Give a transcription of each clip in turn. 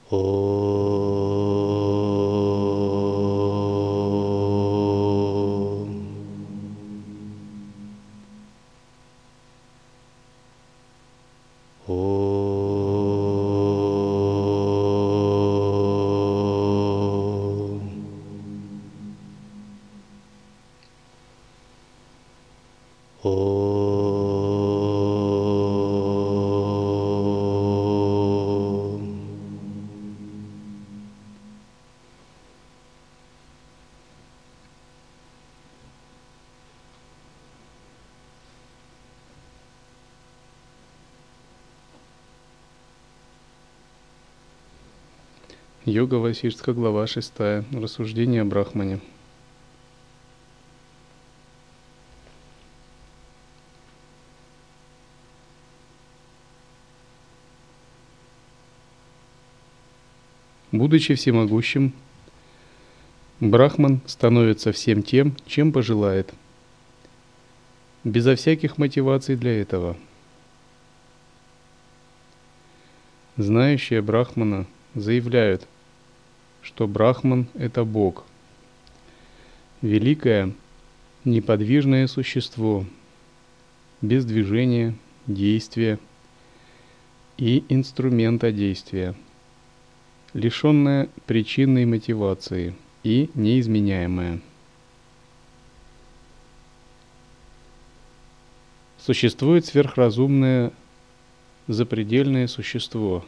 Om. Йога Васиштха, глава 6. Рассуждение о Брахмане. Будучи всемогущим, Брахман становится всем тем, чем пожелает, безо всяких мотиваций для этого. Знающие Брахмана заявляют, что Брахман – это Бог, великое неподвижное существо, без движения, действия и инструмента действия, лишенное причинной мотивации и неизменяемое. Существует сверхразумное запредельное существо,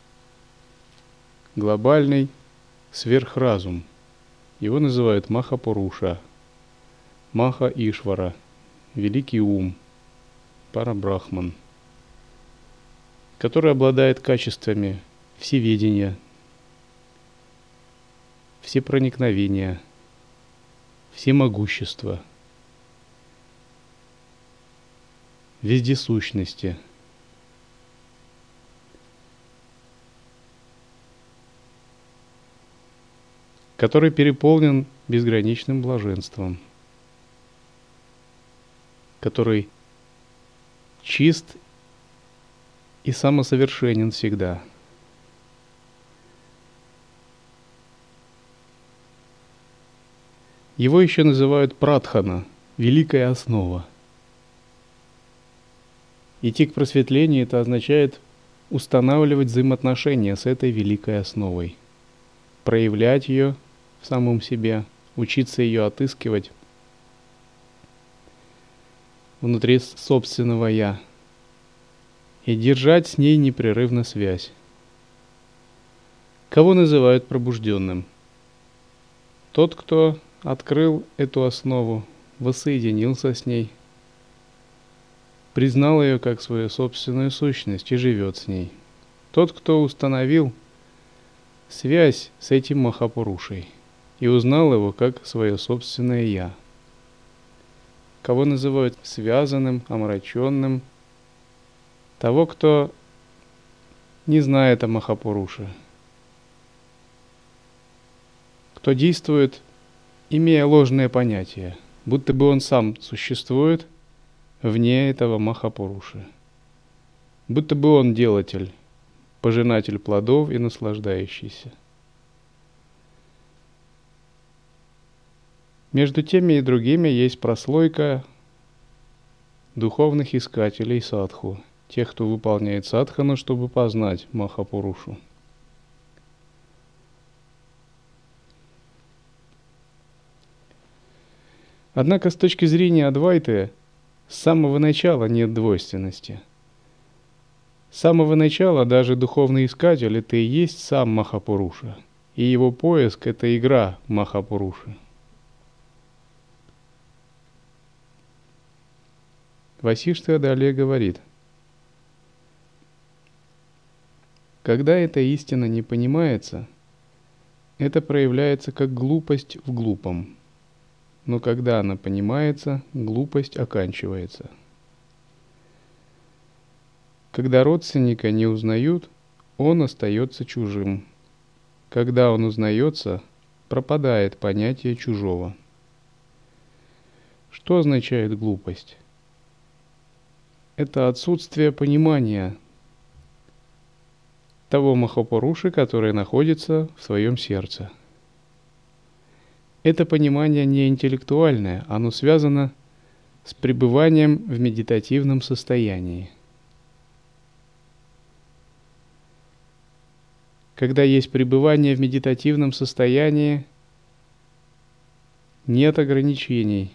глобальный сверхразум. Его называют Махапуруша, Маха-Ишвара, великий ум, Парабрахман, который обладает качествами всеведения, всепроникновения, всемогущества, вездесущности, который переполнен безграничным блаженством, который чист и самосовершенен всегда. Его еще называют Прадхана, великая основа. Идти к просветлению – это означает устанавливать взаимоотношения с этой великой основой, проявлять ее в самом себе, учиться ее отыскивать внутри собственного «я» и держать с ней непрерывно связь. Кого называют пробужденным? Тот, кто открыл эту основу, воссоединился с ней, признал ее как свою собственную сущность и живет с ней. Тот, кто установил связь с этим Махапурушей и узнал его как свое собственное «я». Кого называют связанным, омраченным? Того, кто не знает о Махапуруше, кто действует, имея ложное понятие, будто бы он сам существует вне этого Махапуруши, будто бы он делатель, пожинатель плодов и наслаждающийся. Между теми и другими есть прослойка духовных искателей садху, тех, кто выполняет садхану, чтобы познать Махапурушу. Однако с точки зрения Адвайты с самого начала нет двойственности. С самого начала даже духовный искатель – это и есть сам Махапуруша, и его поиск – это игра Махапуруши. Васиштха далее говорит: когда эта истина не понимается, это проявляется как глупость в глупом. Но когда она понимается, глупость оканчивается. Когда родственника не узнают, он остается чужим. Когда он узнается, пропадает понятие чужого. Что означает глупость? Это отсутствие понимания того Махапуруши, который находится в своем сердце. Это понимание не интеллектуальное, оно связано с пребыванием в медитативном состоянии. Когда есть пребывание в медитативном состоянии, нет ограничений.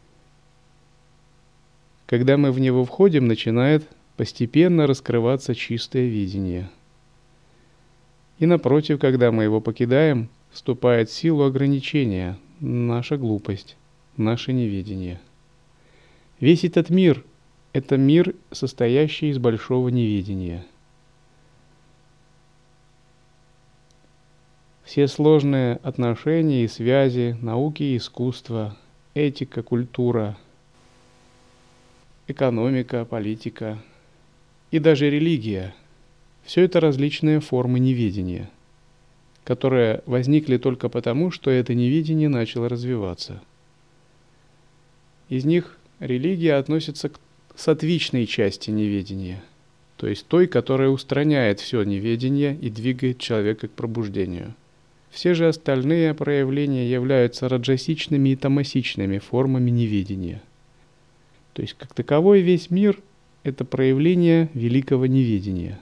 Когда мы в него входим, начинает постепенно раскрываться чистое видение. И напротив, когда мы его покидаем, вступает в силу ограничения, наша глупость, наше неведение. Весь этот мир – это мир, состоящий из большого неведения. Все сложные отношения и связи, науки и искусство, этика, культура, экономика, политика и даже религия – все это различные формы неведения, которые возникли только потому, что это неведение начало развиваться. Из них религия относится к саттвичной части неведения, то есть той, которая устраняет все неведение и двигает человека к пробуждению. Все же остальные проявления являются раджасичными и тамасичными формами неведения. То есть, как таковой, весь мир – это проявление великого неведения.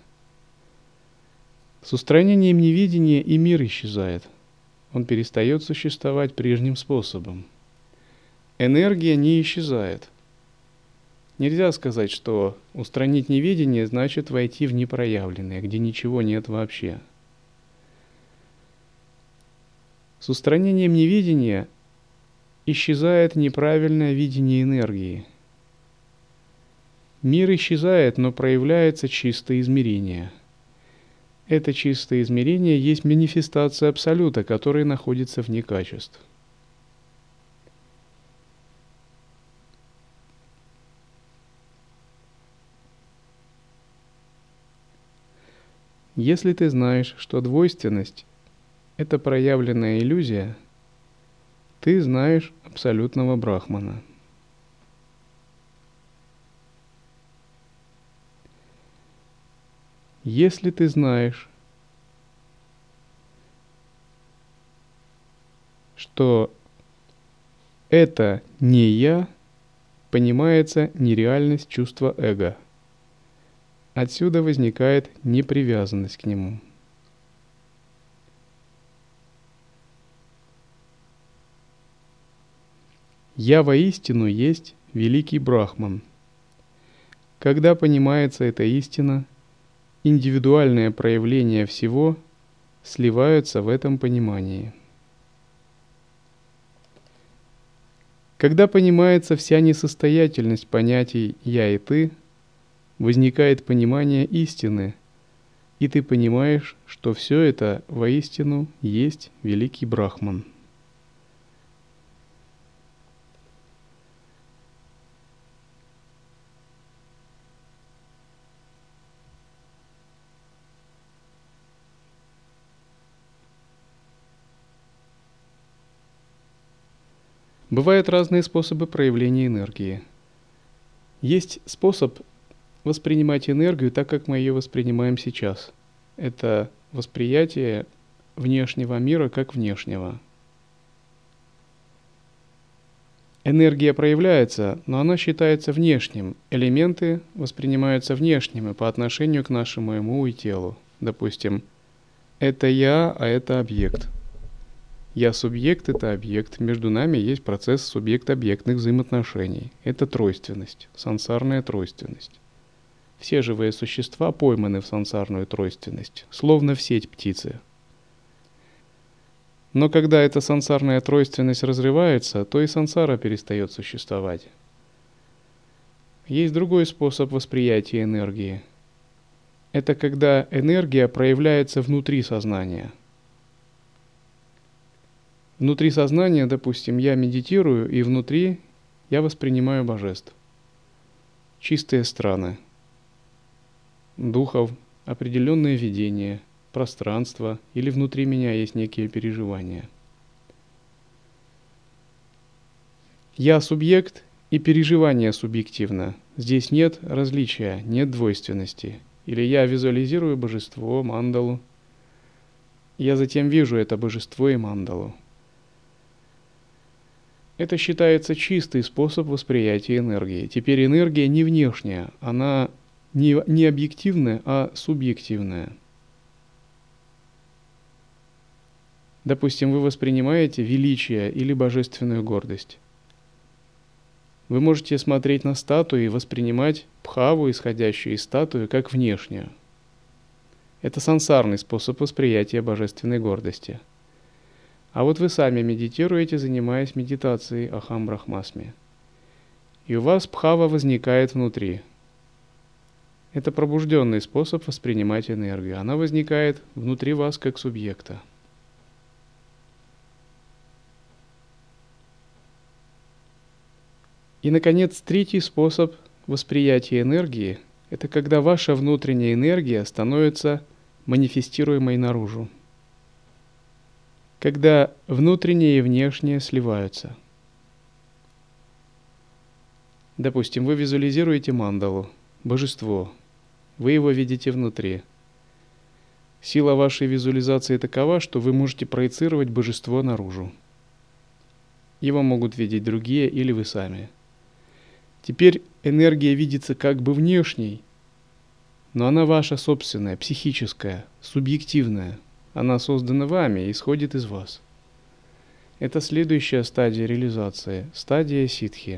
С устранением неведения и мир исчезает. Он перестает существовать прежним способом. Энергия не исчезает. Нельзя сказать, что устранить неведение значит войти в непроявленное, где ничего нет вообще. С устранением неведения исчезает неправильное видение энергии. Мир исчезает, но проявляется чистое измерение. Это чистое измерение есть манифестация Абсолюта, который находится вне качеств. Если ты знаешь, что двойственность – это проявленная иллюзия, ты знаешь абсолютного Брахмана. Если ты знаешь, что это не я, понимается нереальность чувства эго. Отсюда возникает непривязанность к нему. Я воистину есть великий Брахман. Когда понимается эта истина, индивидуальные проявления всего сливаются в этом понимании. Когда понимается вся несостоятельность понятий «я» и «ты», возникает понимание истины, и ты понимаешь, что все это воистину есть великий Брахман. Бывают разные способы проявления энергии. Есть способ воспринимать энергию так, как мы ее воспринимаем сейчас. Это восприятие внешнего мира как внешнего. Энергия проявляется, но она считается внешним. Элементы воспринимаются внешними по отношению к нашему уму и телу. Допустим, это я, а это объект. Я субъект, это объект. Между нами есть процесс субъект-объектных взаимоотношений. Это тройственность, сансарная тройственность. Все живые существа пойманы в сансарную тройственность, словно в сеть птицы. Но когда эта сансарная тройственность разрывается, то и сансара перестает существовать. Есть другой способ восприятия энергии. Это когда энергия проявляется внутри сознания. Внутри сознания, допустим, я медитирую, и внутри я воспринимаю божеств. Чистые страны, духов, определенное видение, пространство, или внутри меня есть некие переживания. Я субъект, и переживание субъективно. Здесь нет различия, нет двойственности. Или я визуализирую божество, мандалу. Я затем вижу это божество и мандалу. Это считается чистый способ восприятия энергии. Теперь энергия не внешняя, она не объективная, а субъективная. Допустим, вы воспринимаете величие или божественную гордость. Вы можете смотреть на статую и воспринимать бхаву, исходящую из статуи, как внешнюю. Это сансарный способ восприятия божественной гордости. А вот вы сами медитируете, занимаясь медитацией Ахам Брахмасми. И у вас бхава возникает внутри. Это пробужденный способ воспринимать энергию. Она возникает внутри вас как субъекта. И, наконец, третий способ восприятия энергии – это когда ваша внутренняя энергия становится манифестируемой наружу. Когда внутреннее и внешнее сливаются. Допустим, вы визуализируете мандалу, божество. Вы его видите внутри. Сила вашей визуализации такова, что вы можете проецировать божество наружу. Его могут видеть другие или вы сами. Теперь энергия видится как бы внешней, но она ваша собственная, психическая, субъективная. Она создана вами и исходит из вас. Это следующая стадия реализации, стадия ситхи.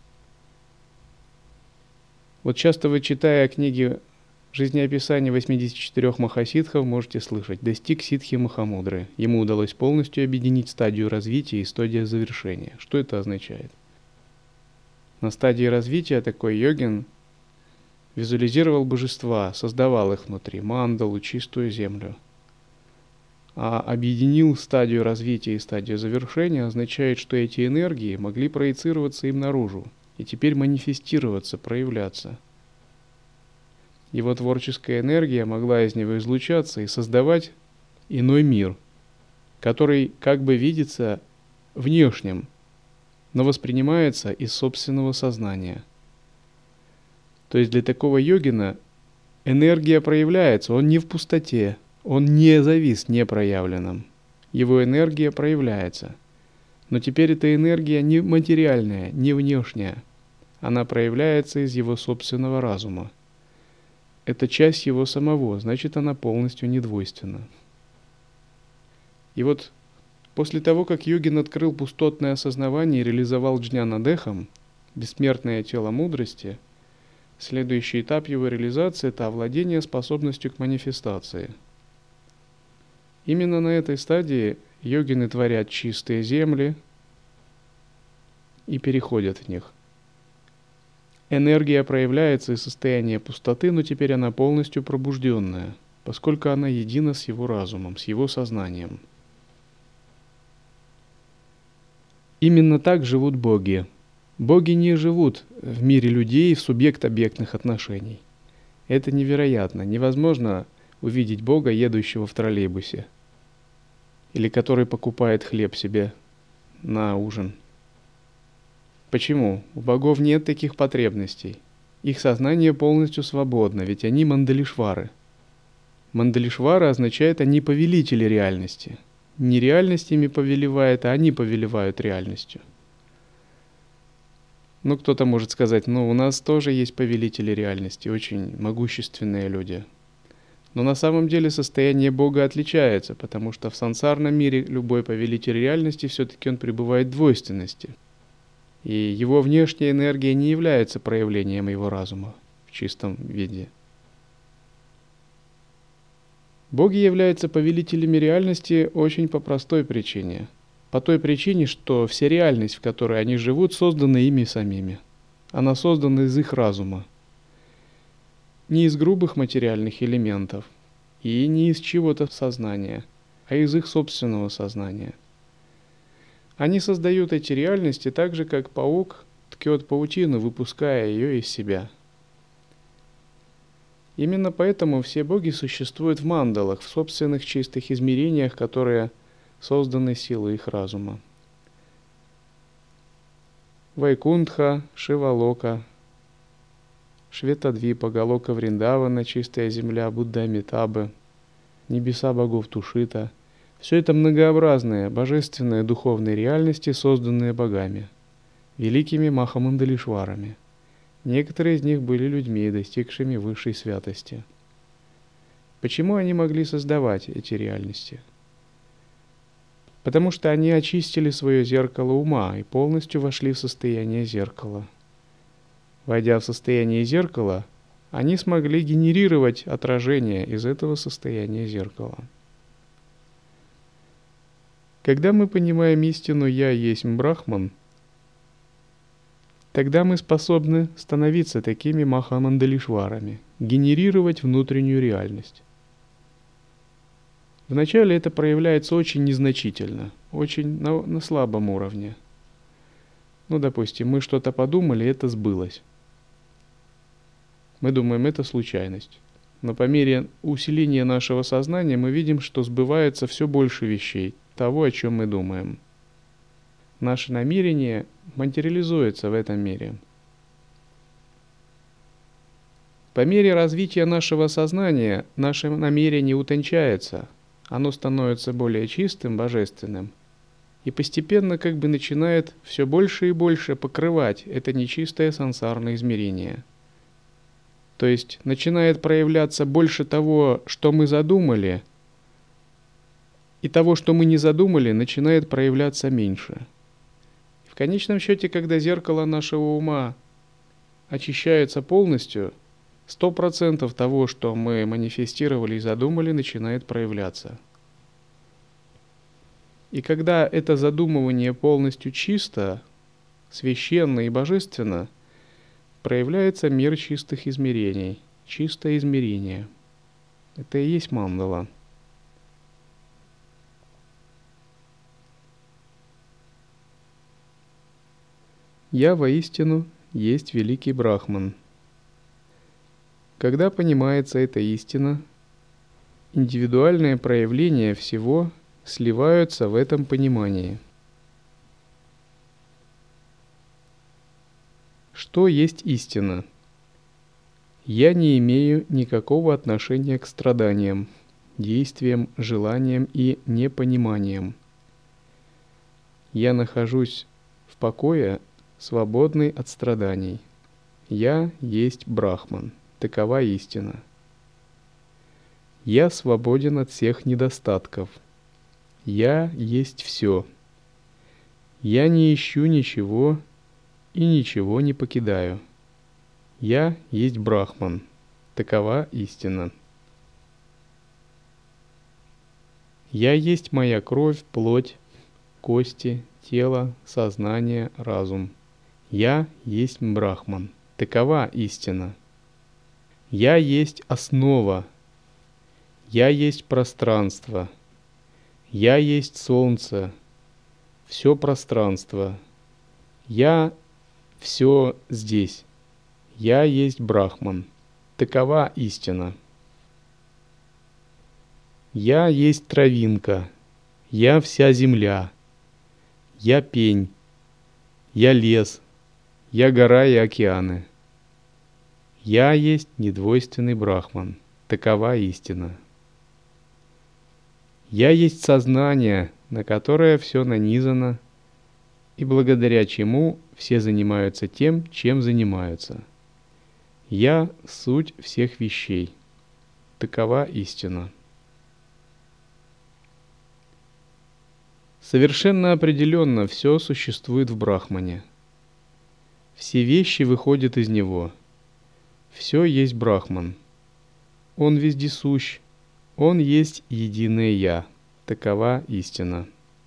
Вот часто вы, читая книги жизнеописания 84 махасидхов, можете слышать: достиг ситхи Махамудры. Ему удалось полностью объединить стадию развития и стадию завершения. Что это означает? На стадии развития такой йогин визуализировал божества, создавал их внутри, мандалу, чистую землю. А объединил стадию развития и стадию завершения означает, что эти энергии могли проецироваться им наружу и теперь манифестироваться, проявляться. Его творческая энергия могла из него излучаться и создавать иной мир, который как бы видится внешним, но воспринимается из собственного сознания. То есть для такого йогина энергия проявляется, он не в пустоте, он не завис непроявленным. Его энергия проявляется. Но теперь эта энергия не материальная, не внешняя. Она проявляется из его собственного разума. Это часть его самого, значит, она полностью недвойственна. И вот после того, как йогин открыл пустотное осознавание и реализовал джняна-дехам, бессмертное тело мудрости, следующий этап его реализации – это овладение способностью к манифестации. Именно на этой стадии йогины творят чистые земли и переходят в них. Энергия проявляется из состояния пустоты, но теперь она полностью пробужденная, поскольку она едина с его разумом, с его сознанием. Именно так живут боги. Боги не живут в мире людей в субъект-объектных отношений. Это невероятно. Невозможно увидеть Бога, едущего в троллейбусе, или который покупает хлеб себе на ужин. Почему? У богов нет таких потребностей. Их сознание полностью свободно, ведь они мандалишвары. Мандалишвара означает, они повелители реальности. Не реальность ими повелевает, а они повелевают реальностью. Ну, кто-то может сказать: ну, у нас тоже есть повелители реальности, очень могущественные люди. Но на самом деле состояние Бога отличается, потому что в сансарном мире любой повелитель реальности все-таки он пребывает в двойственности. И его внешняя энергия не является проявлением его разума в чистом виде. Боги являются повелителями реальности очень по простой причине. По той причине, что вся реальность, в которой они живут, создана ими самими. Она создана из их разума. Не из грубых материальных элементов и не из чего-то сознания, а из их собственного сознания. Они создают эти реальности так же, как паук ткет паутину, выпуская ее из себя. Именно поэтому все боги существуют в мандалах, в собственных чистых измерениях, которые созданы силой их разума. Вайкунтха, Шивалока, Шветадвипа, Галока Вриндавана, чистая земля, Будда Амитабы, небеса богов Тушита. Все это многообразные, божественные духовные реальности, созданные богами, великими Махамандалишварами. Некоторые из них были людьми, достигшими высшей святости. Почему они могли создавать эти реальности? Потому что они очистили свое зеркало ума и полностью вошли в состояние зеркала. Войдя в состояние зеркала, они смогли генерировать отражение из этого состояния зеркала. Когда мы понимаем истину «Я есть Брахман», тогда мы способны становиться такими Махамандалишварами, генерировать внутреннюю реальность. Вначале это проявляется очень незначительно, очень на слабом уровне. Допустим, мы что-то подумали, это сбылось. Мы думаем, это случайность. Но по мере усиления нашего сознания мы видим, что сбывается все больше вещей, того, о чем мы думаем. Наше намерение материализуется в этом мире. По мере развития нашего сознания наше намерение утончается, оно становится более чистым, божественным, и постепенно начинает все больше и больше покрывать это нечистое сансарное измерение. То есть начинает проявляться больше того, что мы задумали, и того, что мы не задумали, начинает проявляться меньше. В конечном счете, когда зеркало нашего ума очищается полностью, 100% того, что мы манифестировали и задумали, начинает проявляться. И когда это задумывание полностью чисто, священно и божественно, проявляется мир чистых измерений, чистое измерение. Это и есть мандала. Я воистину есть великий Брахман. Когда понимается эта истина, индивидуальные проявления всего сливаются в этом понимании. Что есть истина? Я не имею никакого отношения к страданиям, действиям, желаниям и непониманиям. Я нахожусь в покое, свободный от страданий. Я есть Брахман. Такова истина. Я свободен от всех недостатков. Я есть все. Я не ищу ничего и ничего не покидаю. Я есть Брахман. Такова истина. Я есть моя кровь, плоть, кости, тело, сознание, разум. Я есть Брахман. Такова истина. Я есть основа. Я есть пространство. Я есть солнце. Все пространство. Я все здесь. Я есть Брахман. Такова истина. Я есть травинка. Я вся земля. Я пень. Я лес. Я гора и океаны. Я есть недвойственный Брахман. Такова истина. Я есть сознание, на которое все нанизано, и благодаря чему все занимаются тем, чем занимаются. Я – суть всех вещей. Такова истина. Совершенно определенно все существует в Брахмане. Все вещи выходят из него. Все есть Брахман. Он вездесущ. Он есть единое Я. Такова истина.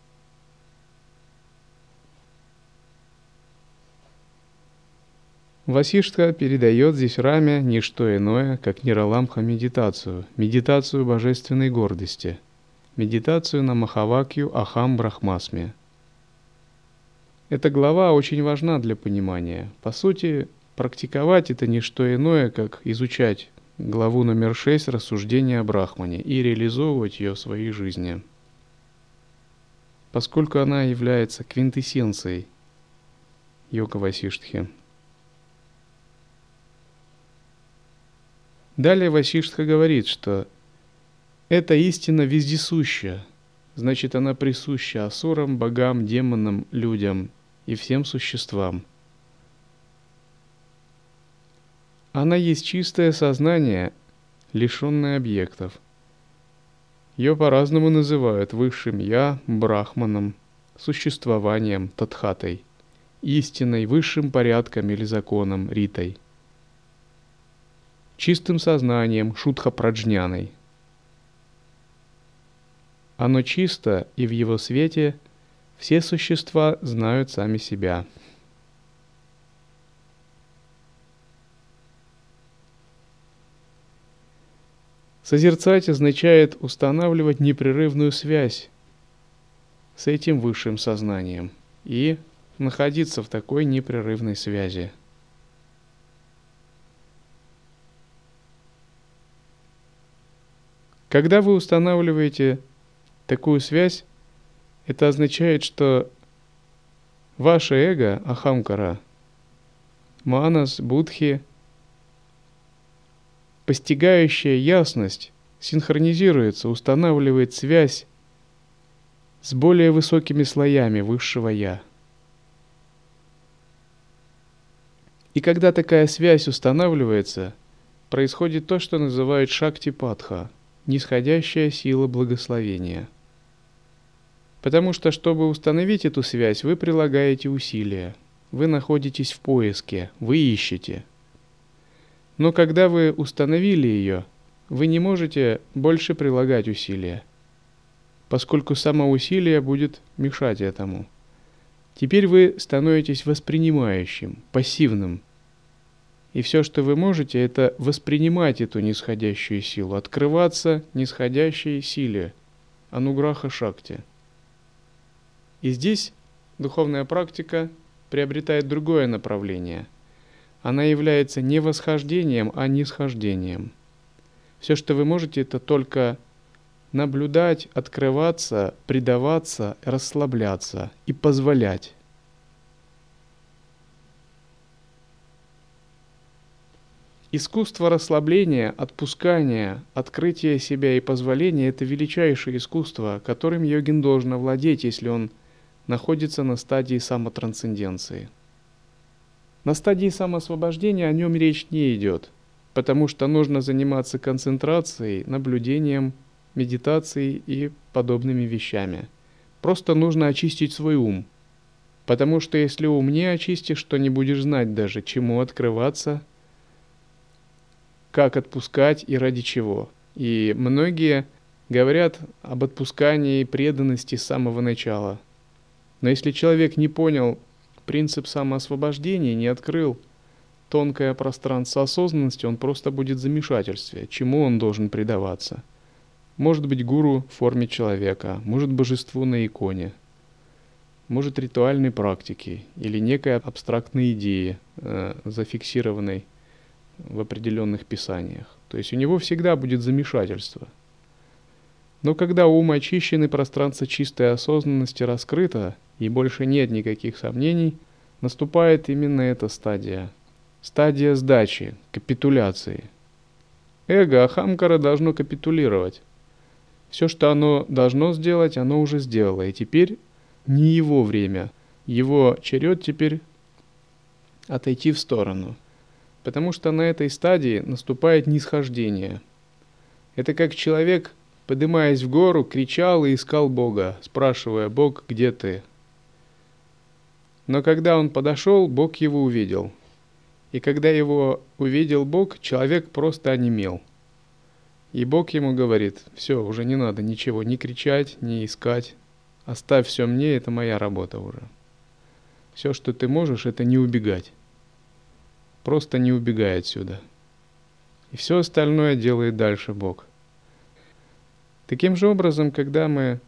Васиштха передает здесь Раме не что иное, как Нираламха медитацию, медитацию божественной гордости, медитацию на Махавакью Ахам Брахмасме. Эта глава очень важна для понимания. По сути, практиковать это не что иное, как изучать главу номер 6 «Рассуждения о Брахмане» и реализовывать ее в своей жизни, поскольку она является квинтэссенцией йога Васиштхи. Далее Васиштха говорит, что эта истина вездесуща, значит, она присуща асурам, богам, демонам, людям и всем существам. Она есть чистое сознание, лишенное объектов. Ее по-разному называют высшим Я, брахманом, существованием, татхатой, истиной, высшим порядком или законом, ритой, чистым сознанием, шудха-праджняной. Оно чисто, и в его свете все существа знают сами себя. Созерцать означает устанавливать непрерывную связь с этим высшим сознанием и находиться в такой непрерывной связи. Когда вы устанавливаете такую связь, это означает, что ваше эго, ахамкара, манас, будхи, постигающая ясность, синхронизируется, устанавливает связь с более высокими слоями высшего Я. И когда такая связь устанавливается, происходит то, что называют шакти-падха, нисходящая сила благословения. Потому что, чтобы установить эту связь, вы прилагаете усилия, вы находитесь в поиске, вы ищете. Но когда вы установили ее, вы не можете больше прилагать усилия, поскольку само усилие будет мешать этому. Теперь вы становитесь воспринимающим, пассивным. И все, что вы можете, это воспринимать эту нисходящую силу, открываться нисходящей силе, ануграха шакти. И здесь духовная практика приобретает другое направление. Она является не восхождением, а нисхождением. Все, что вы можете, это только наблюдать, открываться, предаваться, расслабляться и позволять. Искусство расслабления, отпускания, открытия себя и позволения – это величайшее искусство, которым йогин должен овладеть, если он находится на стадии самотрансценденции. На стадии самоосвобождения о нем речь не идет, потому что нужно заниматься концентрацией, наблюдением, медитацией и подобными вещами. Просто нужно очистить свой ум, потому что если ум не очистишь, то не будешь знать даже, чему открываться, как отпускать и ради чего. И многие говорят об отпускании и преданности с самого начала. Но если человек не понял принцип самоосвобождения, не открыл тонкое пространство осознанности, он просто будет в замешательстве, чему он должен предаваться. Может быть гуру в форме человека, может божеству на иконе, может ритуальной практике или некой абстрактной идее, зафиксированной в определенных писаниях. То есть у него всегда будет замешательство. Но когда ум очищен и пространство чистой осознанности раскрыто, и больше нет никаких сомнений, наступает именно эта стадия. Стадия сдачи, капитуляции. Эго, ахамкара должно капитулировать. Все, что оно должно сделать, оно уже сделало. И теперь не его время. Его черед теперь отойти в сторону. Потому что на этой стадии наступает нисхождение. Это как человек, поднимаясь в гору, кричал и искал Бога, спрашивая: «Бог, где ты?» Но когда он подошел, Бог его увидел. И когда его увидел Бог, человек просто онемел. И Бог ему говорит: «Все, уже не надо ничего, ни кричать, ни искать. Оставь все мне, это моя работа уже. Все, что ты можешь, это не убегать. Просто не убегай отсюда». И все остальное делает дальше Бог. Таким же образом, когда мы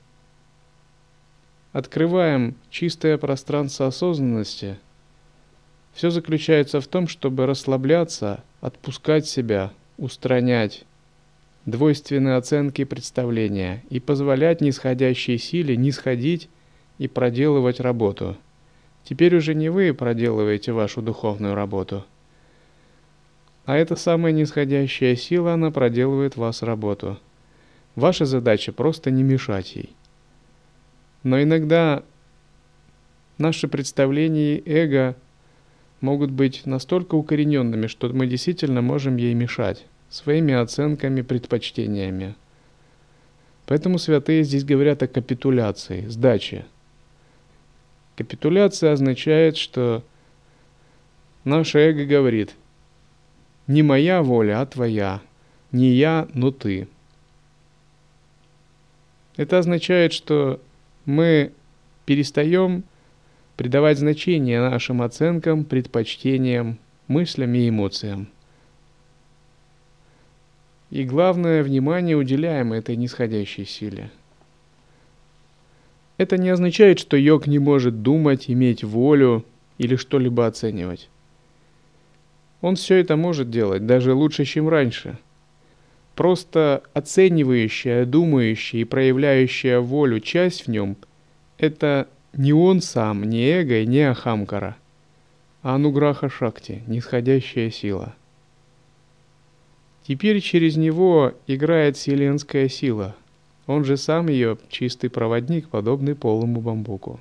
открываем чистое пространство осознанности, все заключается в том, чтобы расслабляться, отпускать себя, устранять двойственные оценки и представления и позволять нисходящей силе нисходить и проделывать работу. Теперь уже не вы проделываете вашу духовную работу, А эта самая нисходящая сила, она проделывает в вас работу. Ваша задача просто не мешать ей. Но иногда наши представления и эго могут быть настолько укорененными, что мы действительно можем ей мешать своими оценками, предпочтениями. Поэтому святые здесь говорят о капитуляции, сдаче. Капитуляция означает, что наше эго говорит: не моя воля, а твоя, не я, но ты. Это означает, что мы перестаем придавать значение нашим оценкам, предпочтениям, мыслям и эмоциям. И главное, внимание уделяем этой нисходящей силе. Это не означает, что йог не может думать, иметь волю или что-либо оценивать. Он все это может делать, даже лучше, чем раньше. Просто оценивающая, думающая и проявляющая волю часть в нем – это не он сам, не эго и не ахамкара, а ануграха шакти, нисходящая сила. Теперь через него играет вселенская сила, он же сам ее чистый проводник, подобный полому бамбуку.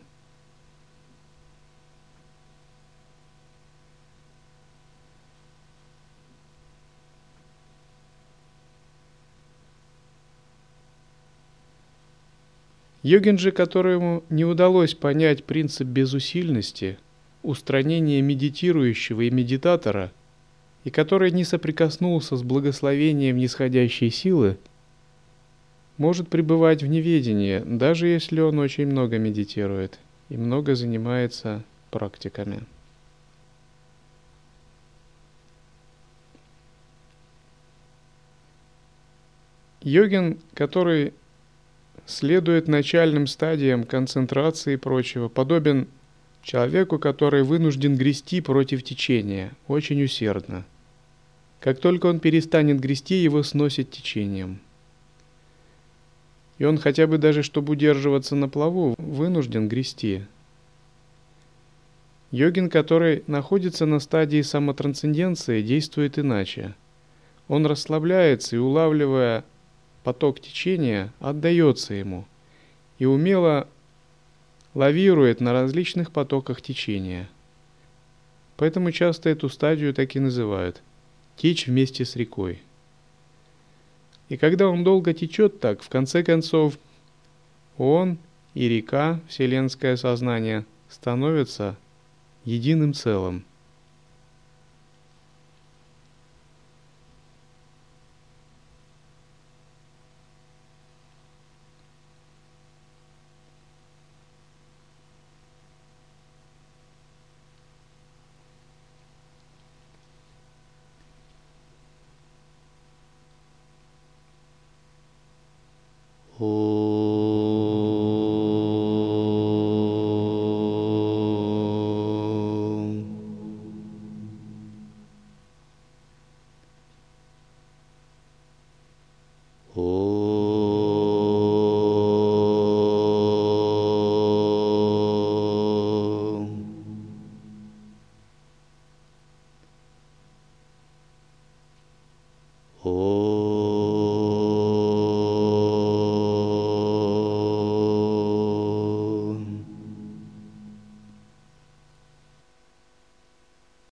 Йогин же, которому не удалось понять принцип безусильности, устранения медитирующего и медитатора, и который не соприкоснулся с благословением нисходящей силы, может пребывать в неведении, даже если он очень много медитирует и много занимается практиками. Йогин, который следует начальным стадиям концентрации и прочего, подобен человеку, который вынужден грести против течения, очень усердно. Как только он перестанет грести, его сносит течением. И он хотя бы даже, чтобы удерживаться на плаву, вынужден грести. Йогин, который находится на стадии самотрансценденции, действует иначе. Он расслабляется и, улавливая поток течения, отдается ему и умело лавирует на различных потоках течения. Поэтому часто эту стадию так и называют – течь вместе с рекой. И когда он долго течет так, в конце концов, он и река, вселенское сознание, становятся единым целым. Oh.